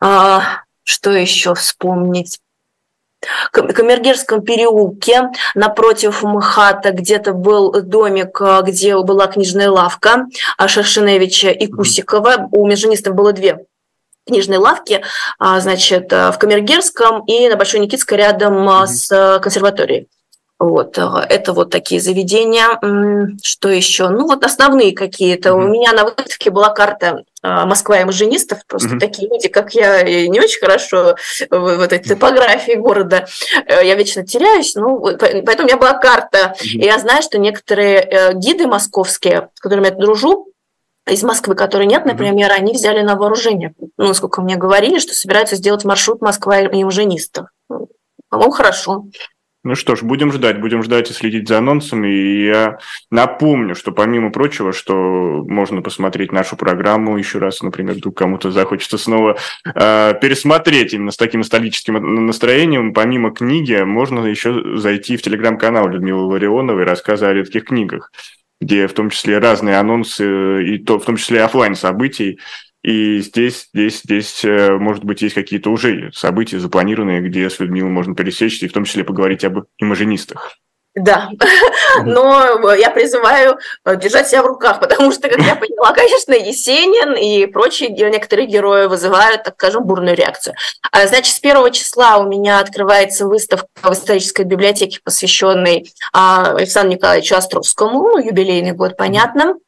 Что еще вспомнить? В Камергерском переулке напротив МХАТа где-то был домик, где была книжная лавка Шершеневича и Кусикова. У межинистов было две книжные лавки, значит, в Камергерском и на Большой Никитской рядом с консерваторией. Вот, это вот такие заведения. Что еще? Ну, вот основные какие-то. У меня на выставке была карта Москва имажинистов. Просто такие люди, как я, не очень хорошо в этой топографии города. Я вечно теряюсь. Ну, поэтому у меня была карта. И я знаю, что некоторые гиды московские, с которыми я дружу, из Москвы, которой нет, например, они взяли на вооружение. Ну, насколько мне говорили, что собираются сделать маршрут Москва имажинистов. По-моему, хорошо. Ну что ж, будем ждать и следить за анонсами. И я напомню, что помимо прочего, что можно посмотреть нашу программу еще раз, например, вдруг кому-то захочется снова пересмотреть именно с таким ностальгическим настроением. Помимо книги можно еще зайти в телеграм-канал Людмилы Ларионовой «Рассказы о редких книгах», где в том числе разные анонсы, и в том числе офлайн событий. И здесь, может быть, есть какие-то уже события запланированные, где с Людмилой можно пересечься, и в том числе поговорить об имажинистах. Да, но я призываю держать себя в руках, потому что, как я поняла, конечно, Есенин и прочие некоторые герои вызывают, так скажем, бурную реакцию. Значит, с 1 числа у меня открывается выставка в исторической библиотеке, посвященной Александру Николаевичу Островскому, юбилейный год, понятно.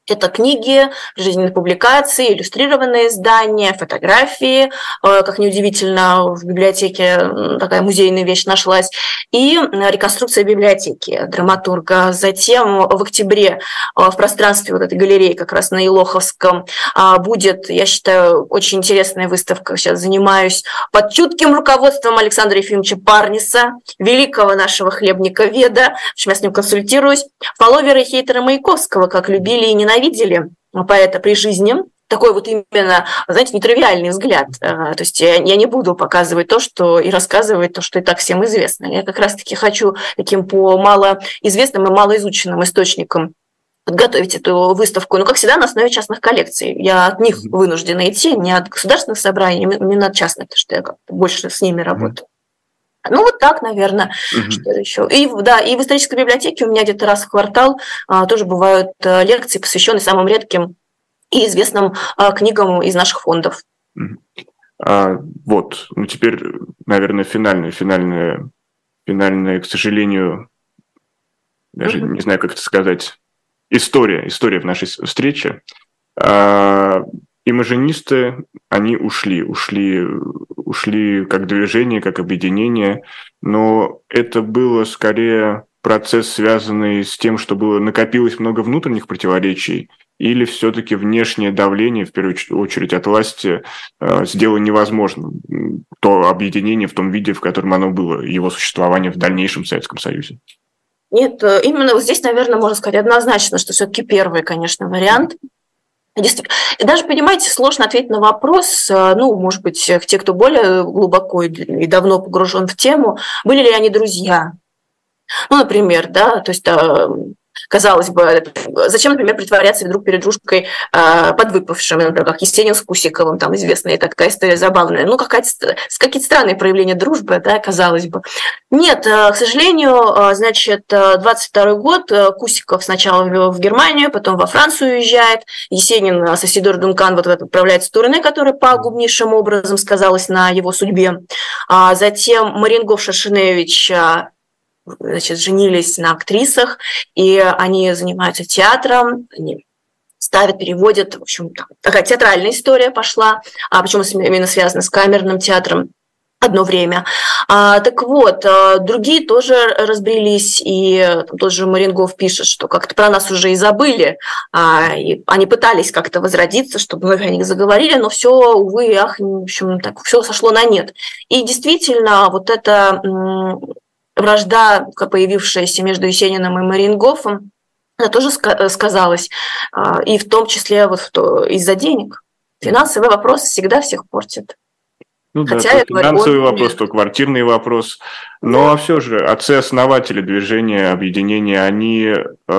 Это книги, жизненные публикации, иллюстрированные издания, фотографии, как неудивительно, в библиотеке такая музейная вещь нашлась, и реконструкция библиотеки драматурга. Затем в октябре в пространстве вот этой галереи, как раз на Илоховском, будет, я считаю, очень интересная выставка, сейчас занимаюсь, под чутким руководством Александра Ефимовича Парниса, великого нашего хлебника-веда, в общем, я с ним консультируюсь, фолловеры и хейтеры Маяковского, как любили и ненавидели поэта при жизни. Такой вот именно, знаете, нетривиальный взгляд. То есть я не буду показывать то, что и рассказывать то, что и так всем известно. Я как раз-таки хочу таким по малоизвестным и малоизученным источникам подготовить эту выставку, но, как всегда, на основе частных коллекций. Я от них вынуждена идти, не от государственных собраний, именно от частных, потому что я как-то больше с ними работаю. Ну, вот так, наверное. Что еще? И в исторической библиотеке у меня где-то раз в квартал тоже бывают лекции, посвященные самым редким и известным книгам из наших фондов. Вот, ну теперь, наверное, финальная, к сожалению, даже не знаю, как это сказать, история в нашей встрече. Имажинисты, они ушли как движение, как объединение, но это было скорее процесс, связанный с тем, что накопилось много внутренних противоречий, или все-таки внешнее давление, в первую очередь от власти, сделало невозможным то объединение в том виде, в котором оно было, его существование в дальнейшем в Советском Союзе? Нет, именно вот здесь, наверное, можно сказать однозначно, что все-таки первый, конечно, вариант. Действительно. И даже, понимаете, сложно ответить на вопрос, ну, может быть, те, кто более глубоко и давно погружен в тему, были ли они друзья. Ну, например, да, то есть, казалось бы, зачем, например, притворяться друг перед дружкой подвыпившими, например, как Есенин с Кусиковым, там известная такая история забавная. Ну, какие-то странные проявления дружбы, да, казалось бы. Нет, к сожалению, значит, 22-й год, Кусиков сначала в Германию, потом во Францию уезжает, Есенин с Исидор Дункан вот отправляется в турне, которое пагубнейшим образом сказалось на его судьбе. Затем Марингов, Шершеневич, значит, женились на актрисах, и они занимаются театром, они ставят, переводят, в общем, такая театральная история пошла, причем именно связана с камерным театром одно время. Так вот, другие тоже разбрелись, и тот же Марингов пишет, что как-то про нас уже и забыли, и они пытались как-то возродиться, чтобы вновь о них заговорили, но все, увы, ах, в общем, так все сошло на нет. И действительно, вот эта вражда, появившаяся между Есениным и Маринговым, она тоже сказалась, и в том числе вот из-за денег. Финансовый вопрос всегда всех портит. Ну хотя да, то финансовый вопрос, то квартирный вопрос. Но все же отцы-основатели движения, объединения, они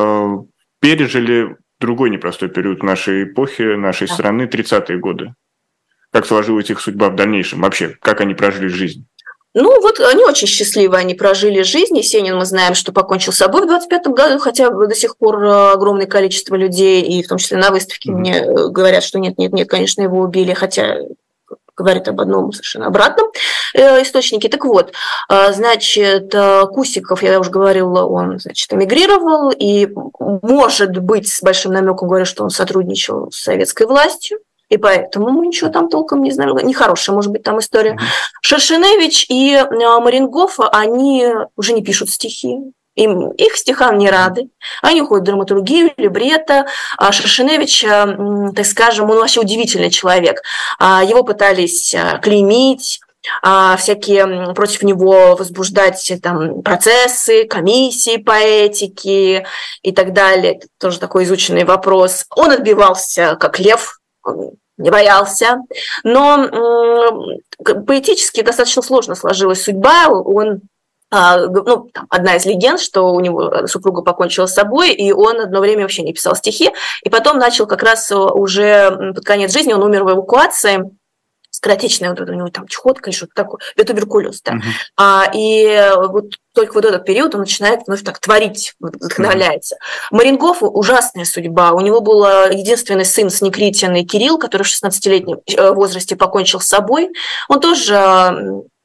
пережили другой непростой период нашей эпохи, нашей страны, 30-е годы. Как сложилась их судьба в дальнейшем? Вообще, как они прожили жизнь? Ну, вот они очень счастливо, они прожили жизнь. Есенин, мы знаем, что покончил с собой в 25-м году, хотя до сих пор огромное количество людей, и в том числе на выставке мне говорят, что нет, конечно, его убили, хотя говорит об одном совершенно обратном источнике. Так вот, значит, Кусиков, я уже говорила, он, значит, эмигрировал, и, может быть, с большим намеком говорю, что он сотрудничал с советской властью, и поэтому мы ничего там толком не знаем. Нехорошая, может быть, там история. Шершеневич и Марингов, они уже не пишут стихи. Их стихам не рады. Они уходят в драматургию, либретто. Шершеневич, так скажем, он вообще удивительный человек. Его пытались клеймить, всякие против него возбуждать там процессы, комиссии по этике и так далее. Это тоже такой изученный вопрос. Он отбивался как лев, он не боялся. Но поэтически достаточно сложно сложилась судьба. Он, ну, там, одна из легенд, что у него супруга покончила с собой, и он одно время вообще не писал стихи. И потом начал как раз уже под конец жизни, он умер в эвакуации, скоротечная, вот у него там чехотка или что-то такое, туберкулез, да. И вот только вот этот период он начинает вновь так творить, вдохновляется. Марингов ужасная судьба. У него был единственный сын с Некритиной, Кирилл, который в 16-летнем возрасте покончил с собой. Он тоже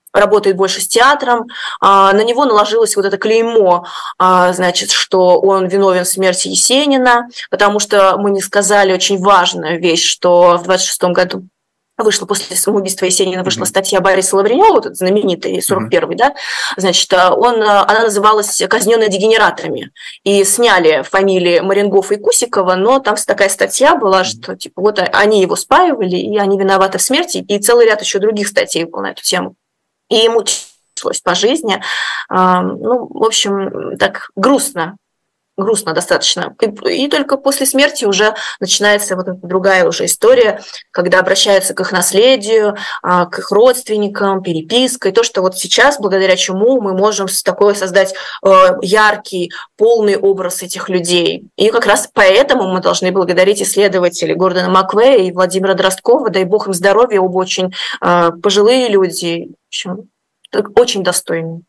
работает больше с театром, на него наложилось вот это клеймо, значит, что он виновен в смерти Есенина, потому что мы не сказали очень важную вещь, что в 26-м году вышла после самоубийства Есенина, вышла статья Бориса Лавренева, вот этот знаменитый 41-й, да, значит, она называлась «Казнённая дегенераторами», и сняли фамилии Маренгофа и Кусикова, но там такая статья была, что типа вот они его спаивали, и они виноваты в смерти, и целый ряд еще других статей был на эту тему. И ему пришлось по жизни. Ну, в общем, так грустно достаточно. И только после смерти уже начинается вот эта другая уже история, когда обращаются к их наследию, к их родственникам, переписка. И то, что вот сейчас, благодаря чему мы можем такой создать яркий, полный образ этих людей. И как раз поэтому мы должны благодарить исследователей Гордона Маквея и Владимира Дросткова, дай бог им здоровья, оба очень пожилые люди, в общем, очень достойные.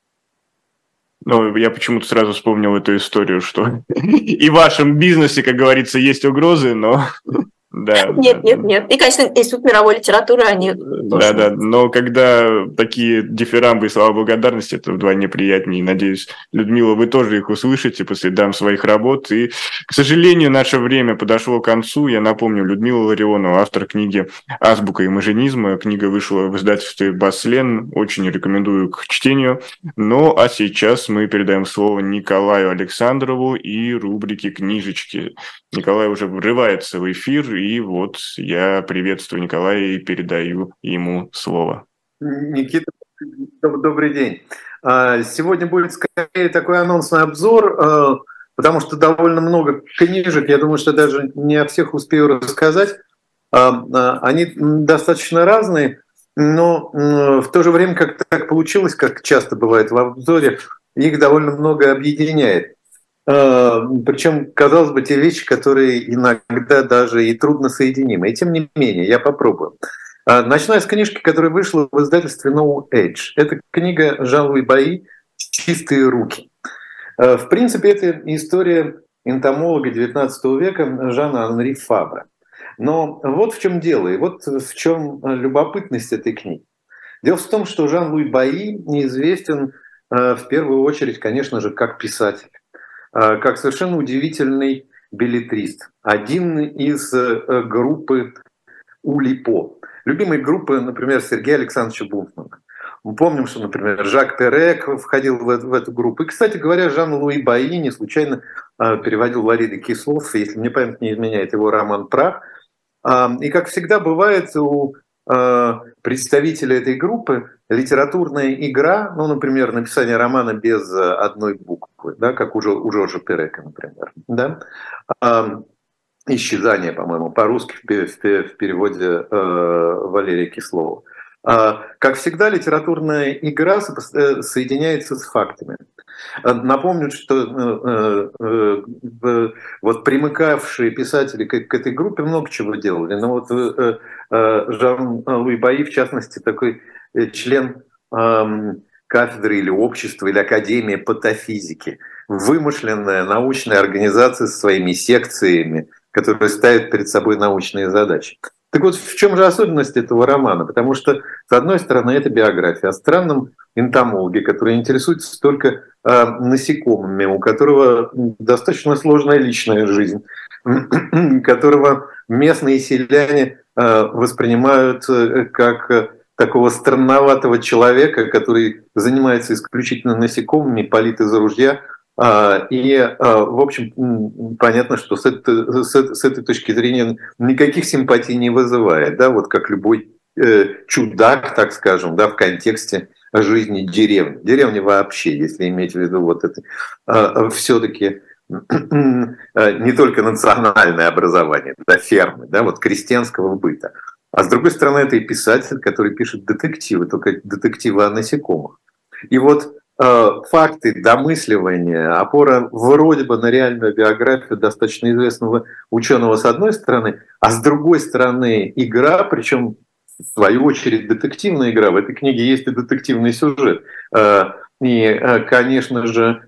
Ну, я почему-то сразу вспомнил эту историю, что и в вашем бизнесе, как говорится, есть угрозы, но... Да, нет. И, конечно, Институт мировой литературы, они тоже... Да, но когда такие дифирамбы и слова благодарности, это вдвойне приятнее. И, надеюсь, Людмила, вы тоже их услышите по следам своих работ. И, к сожалению, наше время подошло к концу. Я напомню, Людмила Ларионова, автор книги «Азбука имажинизма». Книга вышла в издательстве «Баслен». Очень рекомендую к чтению. Ну, а сейчас мы передаем слово Николаю Александрову и рубрике «Книжечки». Николай уже врывается в эфир, и вот я приветствую Николая и передаю ему слово. Никита, добрый день. Сегодня будет скорее такой анонсный обзор, потому что довольно много книжек, я думаю, что даже не о всех успею рассказать. Они достаточно разные, но в то же время как-то так получилось, как часто бывает в обзоре, их довольно много объединяет. Причем, казалось бы, те вещи, которые иногда даже и трудно соединимы. И тем не менее, я попробую. Начиная с книжки, которая вышла в издательстве No Age. Это книга Жан-Луи Баи «Чистые руки». В принципе, это история энтомолога XIX века Жана Анри Фабра. Но вот в чем дело, и вот в чем любопытность этой книги. Дело в том, что Жан-Луи Баи известен в первую очередь, конечно же, как писатель. Как совершенно удивительный беллетрист. Один из группы Улипо. Любимой группы, например, Сергея Александровича Бунтмана. Мы помним, что, например, Жак Перек входил в эту группу. И, кстати говоря, Жан-Луи Баи не случайно переводил Лариды Кислов, если мне память не изменяет, его роман «Прах». И, как всегда бывает у представителя этой группы, литературная игра, ну, например, написание романа без одной буквы, да, как у Жоржа Перека, например, да? «Исчезание», по-моему, по-русски в переводе Валерия Кислова. Как всегда, литературная игра соединяется с фактами. Напомню, что вот примыкавшие писатели к этой группе много чего делали. Но вот Жан-Луи Баи, в частности, такой член кафедры или общества, или академии патофизики. Вымышленная научная организация со своими секциями, которые ставят перед собой научные задачи. Так вот, в чем же особенность этого романа? Потому что, с одной стороны, это биография о странном энтомологе, который интересуется только насекомыми, у которого достаточно сложная личная жизнь, которого местные селяне воспринимают как такого странноватого человека, который занимается исключительно насекомыми, палит из ружья. И, в общем, понятно, что с этой точки зрения никаких симпатий не вызывает, да, вот как любой чудак, так скажем, да, в контексте жизни деревни. Деревни вообще, если иметь в виду вот это, все-таки не только национальное образование, да, фермы, да, вот крестьянского быта. А с другой стороны, это и писатель, который пишет детективы, только детективы о насекомых. И вот факты, домысливания, опора вроде бы на реальную биографию достаточно известного ученого с одной стороны, а с другой стороны игра, причем в свою очередь детективная игра. В этой книге есть и детективный сюжет. И, конечно же,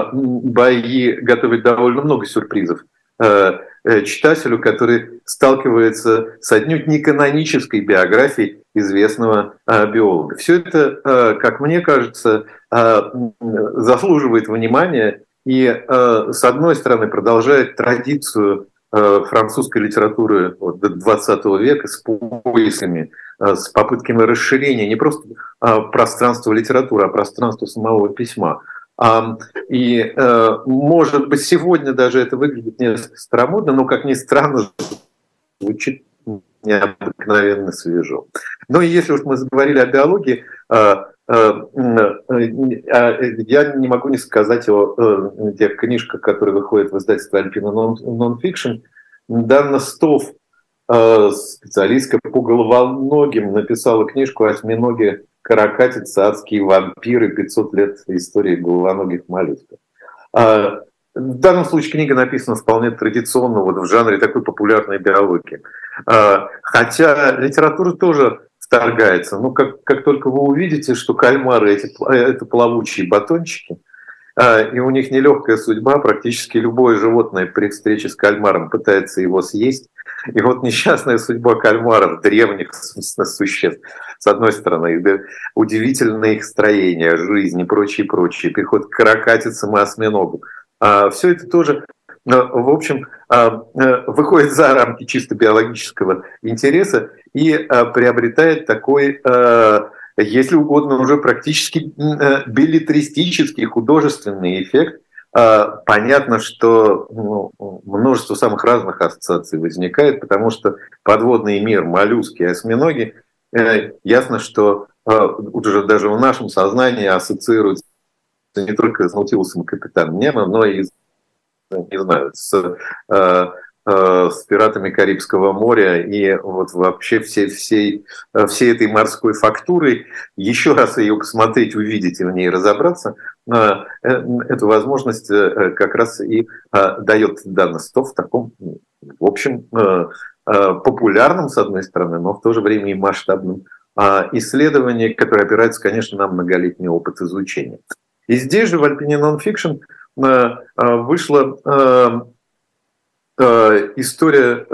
Баи готовит довольно много сюрпризов читателю, который сталкивается с отнюдь не канонической биографией известного биолога. Все это, как мне кажется, заслуживает внимания и, с одной стороны, продолжает традицию французской литературы XX века с поисками, с попытками расширения не просто пространства литературы, а пространства самого письма. И, может быть, сегодня даже это выглядит несколько старомодно, но, как ни странно, звучит необыкновенно свежо. Но если уж мы заговорили о биологии, я не могу не сказать о тех книжках, которые выходят в издательстве Alpina Non-Fiction. Дана Стофф, специалистка по головоногим, написала книжку «Осьминоги, каракатицы, адские вампиры. 500 лет истории головоногих моллюсков». В данном случае книга написана вполне традиционно, в жанре такой популярной биологии. Хотя литература тоже вторгается. Ну, как только вы увидите, что кальмары это плавучие батончики, и у них нелегкая судьба, практически любое животное при встрече с кальмаром пытается его съесть. И вот несчастная судьба кальмаров, древних существ, с одной стороны, удивительное их строение, жизнь и прочее, переход к каракатицам и осьминогам. Все это тоже, в общем, выходит за рамки чисто биологического интереса и приобретает такой, если угодно, уже практически беллетристический, художественный эффект. Понятно, что множество самых разных ассоциаций возникает, потому что подводный мир, моллюски, осьминоги, ясно, что уже даже в нашем сознании ассоциируется не только с Наутилусом и Капитаном Немо, но и, не знаю, с пиратами Карибского моря и вот вообще всей этой морской фактурой. Еще раз ее посмотреть, увидеть и в ней разобраться, эту возможность как раз и дает Дана Стофф в таком, в общем, популярном, с одной стороны, но в то же время и масштабном исследовании, которое опирается, конечно, на многолетний опыт изучения. И здесь же в Alpina Non-Fiction вышла история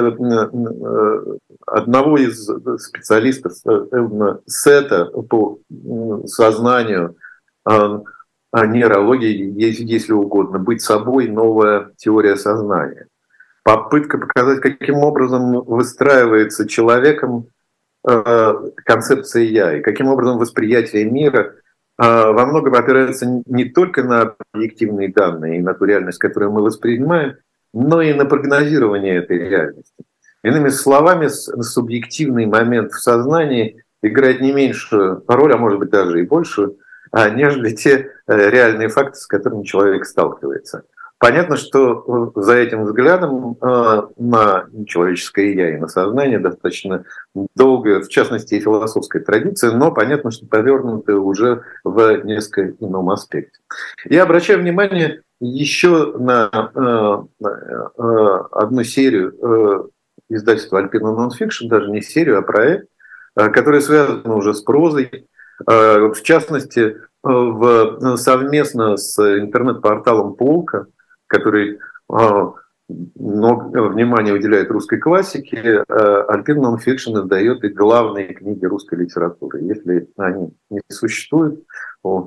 одного из специалистов Сета по сознанию, нейрологии, если угодно, быть собой, новая теория сознания. Попытка показать, каким образом выстраивается человеком концепция «я», и каким образом восприятие мира во многом опирается не только на объективные данные и на ту реальность, которую мы воспринимаем, но и на прогнозирование этой реальности. Иными словами, субъективный момент в сознании играет не меньшую роль, а может быть даже и большую, нежели те реальные факты, с которыми человек сталкивается. Понятно, что за этим взглядом на человеческое «я» и на сознание достаточно долгая, в частности, и философская традиция, но понятно, что повернутая уже в несколько ином аспекте. Я обращаю внимание еще на одну серию издательства Alpina Non-Fiction, даже не серию, а проект, который связан уже с прозой, в частности, совместно с интернет-порталом «Полка», который много внимания уделяет русской классике, Alpina Non-Fiction издает и главные книги русской литературы. Если они не существуют у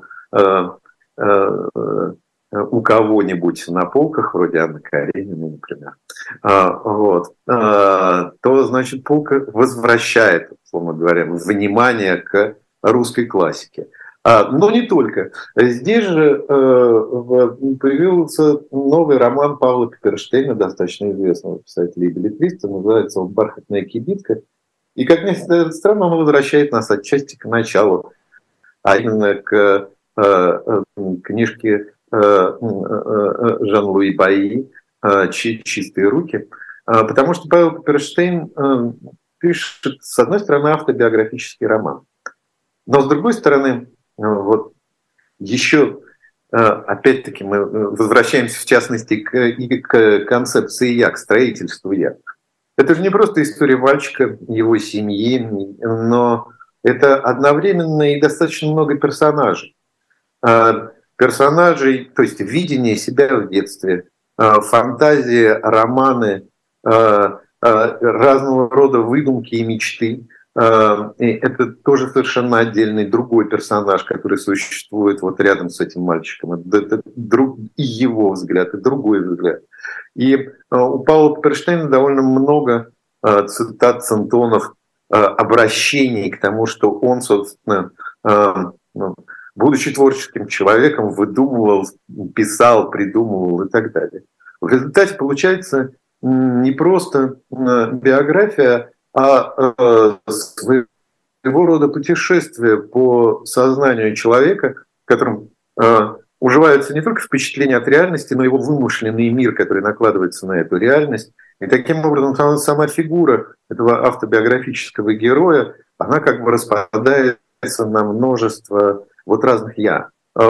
кого-нибудь на полках, вроде Анны Карениной, например, то, значит, Полка возвращает, условно говоря, внимание к русской классике. Но не только. Здесь же появился новый роман Павла Пепперштейна, достаточно известного писателя и беллетриста, называется он «Бархатная кибитка». И, как ни странно, он возвращает нас отчасти к началу, а именно к книжке Жан-Луи Баи «Чистые руки». Потому что Павел Пепперштейн пишет, с одной стороны, автобиографический роман, но с другой стороны, вот еще, опять-таки, мы возвращаемся, в частности, к концепции «я», к строительству «я». Это же не просто история мальчика, его семьи, но это одновременно и достаточно много персонажей. Персонажей, то есть видение себя в детстве, фантазии, романы, разного рода выдумки и мечты, И это тоже совершенно отдельный другой персонаж, который существует вот рядом с этим мальчиком. Это и его взгляд, и другой взгляд. И у Паула Пепперштейна довольно много цитат, синтонов, обращений к тому, что он, собственно, будучи творческим человеком, выдумывал, писал, придумывал и так далее. В результате получается не просто биография, а своего рода путешествие по сознанию человека, в котором уживаются не только впечатления от реальности, но и его вымышленный мир, который накладывается на эту реальность. И таким образом сама фигура этого автобиографического героя, она как бы распадается на множество вот разных «я».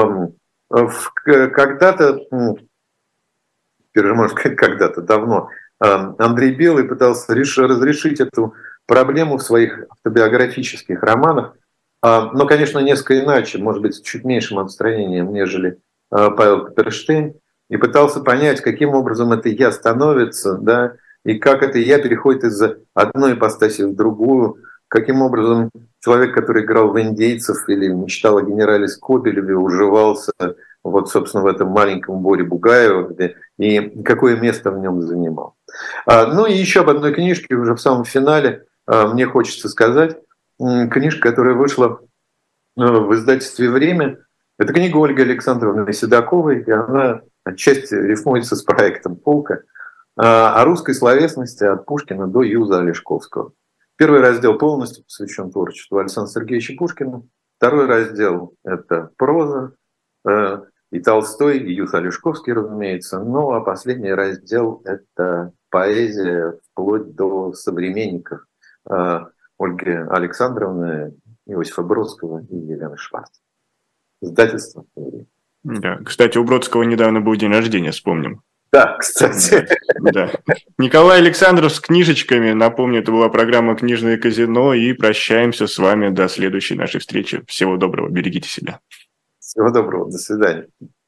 Когда-то, может, когда-то давно, Андрей Белый пытался разрешить эту проблему в своих автобиографических романах, но, конечно, несколько иначе, может быть, с чуть меньшим отстранением, нежели Павел Пепперштейн, и пытался понять, каким образом это «я» становится, да, и как это «я» переходит из одной ипостаси в другую, каким образом человек, который играл в «Индейцев» или мечтал о генерале Скобелеве, уживался вот, собственно, в этом маленьком Боре Бугаеве, и какое место в нем занимал. Ну и еще об одной книжке уже в самом финале мне хочется сказать. Книжка, которая вышла в издательстве «Время», это книга Ольги Александровны Седоковой, и она отчасти рифмуется с проектом «Полка», о русской словесности от Пушкина до Юза Олешковского. Первый раздел полностью посвящен творчеству Александра Сергеевича Пушкина. Второй раздел – это проза, и Толстой, и Юз Олешковский, разумеется. Ну а последний раздел – это поэзия вплоть до современников Ольги Александровны, Иосифа Бродского и Елены Шварц. Издательство. Да. Кстати, у Бродского недавно был день рождения, вспомним. Да, кстати. Да. Николай Александров с книжечками. Напомню, это была программа «Книжное казино». И прощаемся с вами до следующей нашей встречи. Всего доброго, берегите себя. Всего доброго, до свидания.